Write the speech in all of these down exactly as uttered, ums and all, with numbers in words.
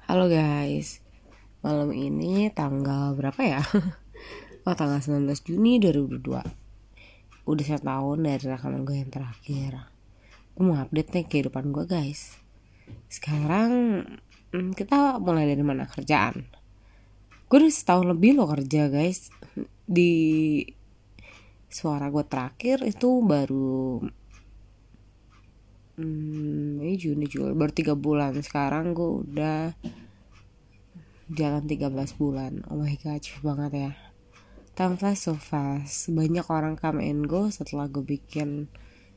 Halo guys, malam ini tanggal berapa ya? Oh, tanggal sembilan belas Juni dua ribu dua puluh dua. Udah satu tahun dari rekaman gue yang terakhir. Gue mau update nih kehidupan gue guys. Sekarang hmm, kita mulai dari mana? Kerjaan. Gue udah setahun lebih loh kerja guys. Di suara gue terakhir itu baru Hmm, ini Juni Juli baru tiga bulan. Sekarang gue udah jalan tiga belas bulan. Oh my god, cepet banget ya. Time flies so fast. Banyak orang come and go setelah gue bikin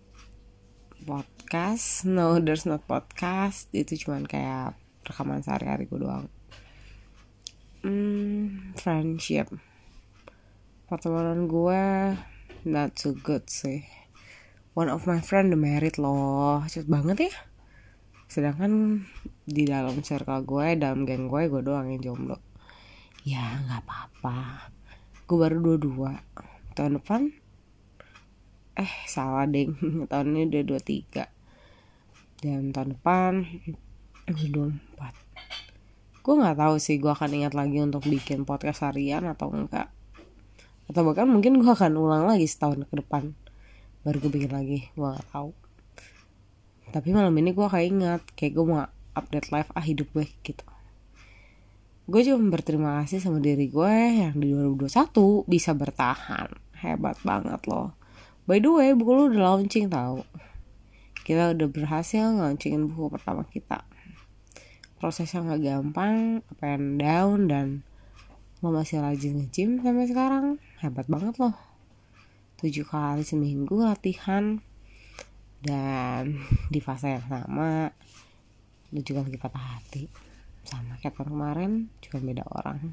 podcast. No, there's not podcast. Itu cuman kayak rekaman sehari-hari gue doang. Hmm, friendship. Pertemanan gue not so good sih. One of my friend udah married loh. Cepet banget ya. Sedangkan di dalam circle gue, dalam geng gue, gue doang yang jomblo. Ya gak apa-apa. Gue baru dua puluh dua. Tahun depan Eh salah deng. Tahun ini udah dua puluh tiga. Dan tahun depan udah dua puluh empat. Gue gak tahu sih gue akan ingat lagi untuk bikin podcast harian atau enggak. Atau bahkan mungkin gue akan ulang lagi setahun ke depan baru gue bikin lagi. Gue gak tahu. Tapi malam ini gue kayak ingat, kayak gue mau update live ah hidup gue gitu. Gue juga berterima kasih sama diri gue yang di dua ribu dua puluh satu bisa bertahan. Hebat banget loh. By the way, buku lu udah launching tau. Kita udah berhasil launchingin buku pertama kita. Prosesnya gak gampang, up and down, dan lo masih rajin nge-gym sampai sekarang. Hebat banget loh. tujuh kali seminggu latihan. Dan di fase yang sama lu juga lagi patah hati. Sama kayak tahun kemarin, cuma beda orang.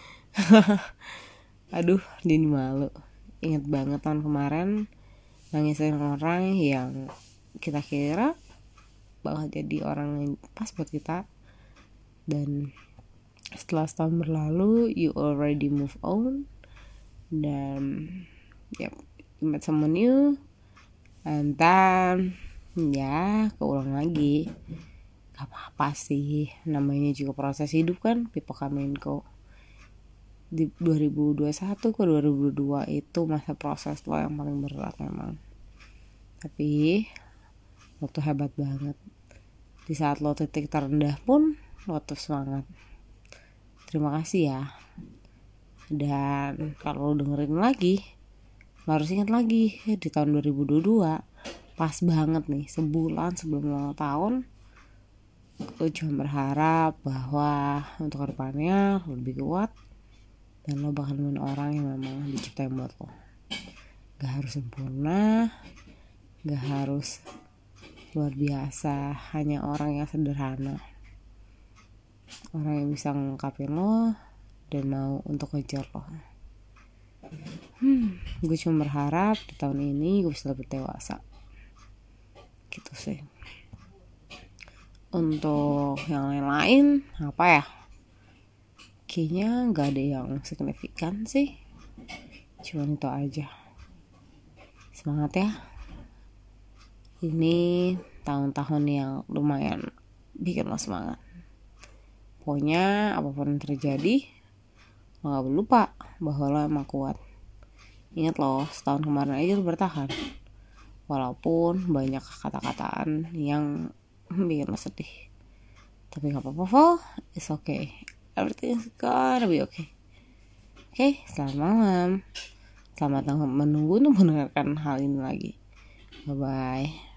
Aduh, jadi malu. Ingat banget tahun kemarin nangisin orang yang kita kira bakal jadi orang yang pas buat kita. Dan setelah setahun berlalu, you already move on. Dan yep, you met someone new. And then ya keulang lagi. Gak apa-apa sih, namanya juga proses hidup kan. People come and go. Di dua ribu dua puluh satu ke dua ribu dua puluh dua itu masa proses lo yang paling berat memang. Tapi lo tuh hebat banget. Di saat lo titik terendah pun lo tuh semangat. Terima kasih ya. Dan kalau lo dengerin lagi, lo harus ingat lagi di tahun dua ribu dua puluh dua pas banget nih, sebulan sebelum ulang tahun. Lo cuma berharap bahwa untuk kedepannya lo lebih kuat dan lo bakal nemuin orang yang memang diciptain buat lo. Gak harus sempurna, gak harus luar biasa, hanya orang yang sederhana, orang yang bisa ngungkapin lo dan mau untuk ngejar lo. Hmm, gue cuma berharap di tahun ini gue bisa lebih dewasa. Gitu sih. Untuk yang lain-lain apa ya? Kayaknya gak ada yang signifikan sih. Cuma itu aja. Semangat ya. Ini tahun-tahun yang lumayan bikin lo semangat. Pokoknya apapun yang terjadi, lo gak boleh lupa bahwa lo emang kuat. Ingat loh, setahun kemarin aja lo bertahan. Walaupun banyak kata-kataan yang bikin lo sedih. Tapi gak apa-apa, Val. It's okay. Everything's gonna be okay. Oke, okay, selamat malam. Selamat menunggu untuk mendengarkan hal ini lagi. Bye-bye.